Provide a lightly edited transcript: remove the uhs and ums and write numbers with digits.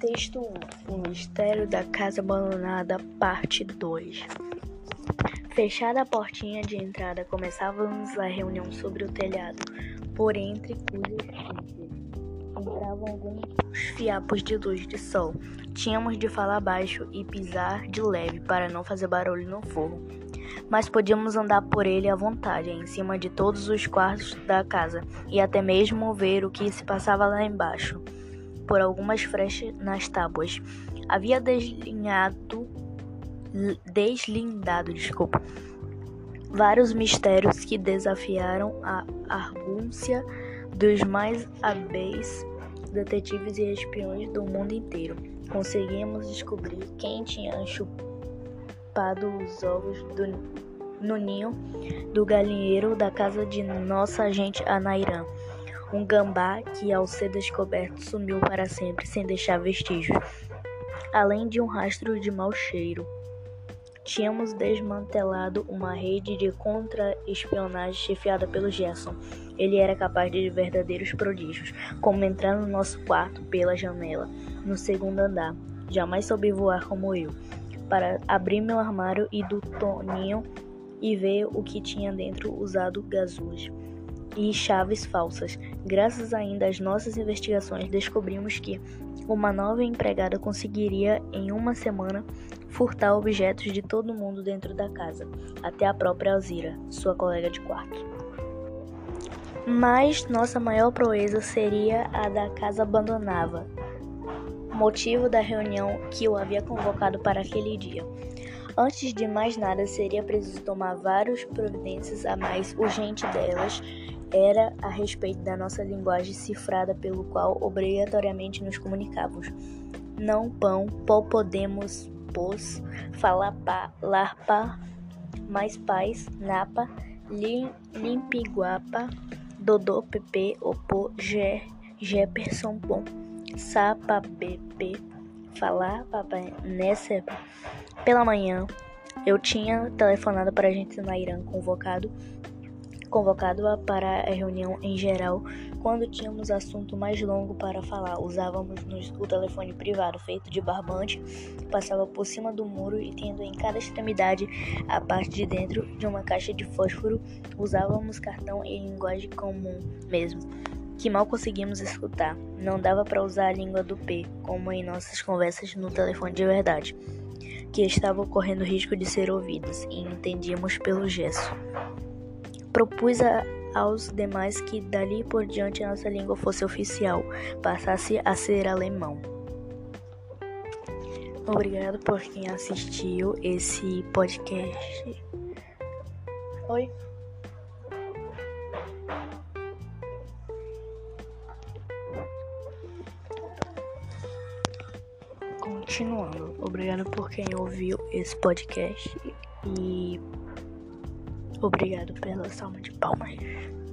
Texto 1. O Mistério da Casa Abandonada, Parte 2. Fechada a portinha de entrada, começávamos a reunião sobre o telhado, por entre cujas frentes entravam alguns fiapos de luz de sol. Tínhamos de falar baixo e pisar de leve para não fazer barulho no forro, mas podíamos andar por ele à vontade, em cima de todos os quartos da casa, e até mesmo ver o que se passava lá embaixo, por algumas frechas nas tábuas. Havia deslindado vários mistérios que desafiaram a argúcia dos mais hábeis detetives e espiões do mundo inteiro. Conseguimos descobrir quem tinha chupado os ovos no ninho do galinheiro da casa de nossa agente Anairã, um gambá que, ao ser descoberto, sumiu para sempre sem deixar vestígios, além de um rastro de mau cheiro. Tínhamos desmantelado uma rede de contra-espionagem chefiada pelo Gerson. Ele era capaz de verdadeiros prodígios, como entrar no nosso quarto pela janela, no segundo andar. Jamais soube voar como eu, para abrir meu armário e do Toninho e ver o que tinha dentro usado gasuas e chaves falsas. Graças ainda às nossas investigações, descobrimos que uma nova empregada conseguiria, em uma semana, furtar objetos de todo mundo dentro da casa, até a própria Alzira, sua colega de quarto. Mas nossa maior proeza seria a da casa abandonada, motivo da reunião que eu havia convocado para aquele dia. Antes de mais nada, seria preciso tomar várias providências. A mais urgente delas era a respeito da nossa linguagem cifrada, pelo qual obrigatoriamente nos comunicávamos. Não pão, pó podemos, pos, falar pá, larpa, mais paz, napa, limpiguapa, dodô, pepe, opô, jefferson, bom, sapa, bp, falar, papai, nessa. Pela manhã, eu tinha telefonado para a gente na Irã, convocado-a para a reunião em geral. Quando tínhamos assunto mais longo para falar, usávamos o telefone privado feito de barbante, passava por cima do muro e, tendo em cada extremidade a parte de dentro de uma caixa de fósforo, usávamos cartão e linguagem comum mesmo, que mal conseguimos escutar. Não dava para usar a língua do P, como em nossas conversas no telefone de verdade, que estavam correndo risco de ser ouvidas, e entendíamos pelo gesto. Propus aos demais que dali por diante a nossa língua fosse oficial, passasse a ser alemão. Obrigado por quem assistiu esse podcast. Oi? Continuando, obrigado por quem ouviu esse podcast e obrigado pela salva de palmas.